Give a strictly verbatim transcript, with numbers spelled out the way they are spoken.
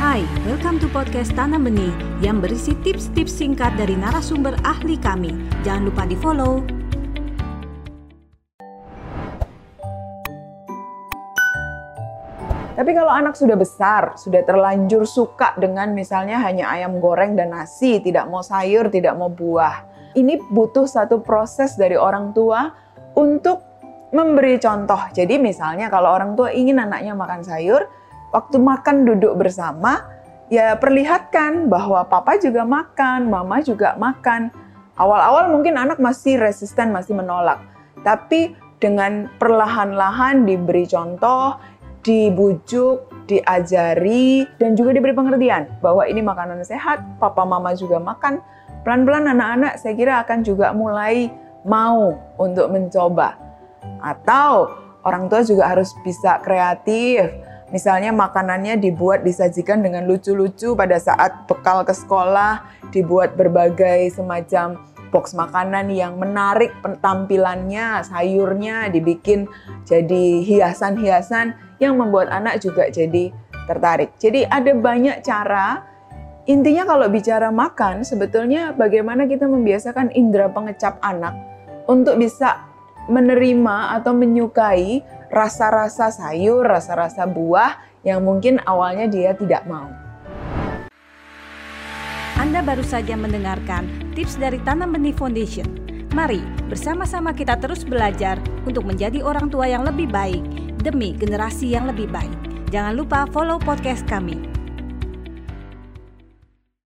Hai, welcome to podcast Tanam Benih yang berisi tips-tips singkat dari narasumber ahli kami. Jangan lupa di-follow. Tapi kalau anak sudah besar, sudah terlanjur suka dengan misalnya hanya ayam goreng dan nasi, tidak mau sayur, tidak mau buah. Ini butuh satu proses dari orang tua untuk memberi contoh. Jadi misalnya kalau orang tua ingin anaknya makan sayur, waktu makan duduk bersama, ya perlihatkan bahwa papa juga makan, mama juga makan. Awal-awal mungkin anak masih resisten, masih menolak. Tapi dengan perlahan-lahan diberi contoh, dibujuk, diajari, dan juga diberi pengertian bahwa ini makanan sehat, papa mama juga makan. Pelan-pelan anak-anak saya kira akan juga mulai mau untuk mencoba. Atau orang tua juga harus bisa kreatif. Misalnya makanannya dibuat, disajikan dengan lucu-lucu pada saat bekal ke sekolah, dibuat berbagai semacam box makanan yang menarik tampilannya, sayurnya dibikin jadi hiasan-hiasan yang membuat anak juga jadi tertarik. Jadi ada banyak cara. Intinya kalau bicara makan, sebetulnya bagaimana kita membiasakan indera pengecap anak untuk bisa menerima atau menyukai rasa-rasa sayur, rasa-rasa buah yang mungkin awalnya dia tidak mau. Anda baru saja mendengarkan tips dari Tanam Benih Foundation. Mari bersama-sama kita terus belajar untuk menjadi orang tua yang lebih baik demi generasi yang lebih baik. Jangan lupa follow podcast kami.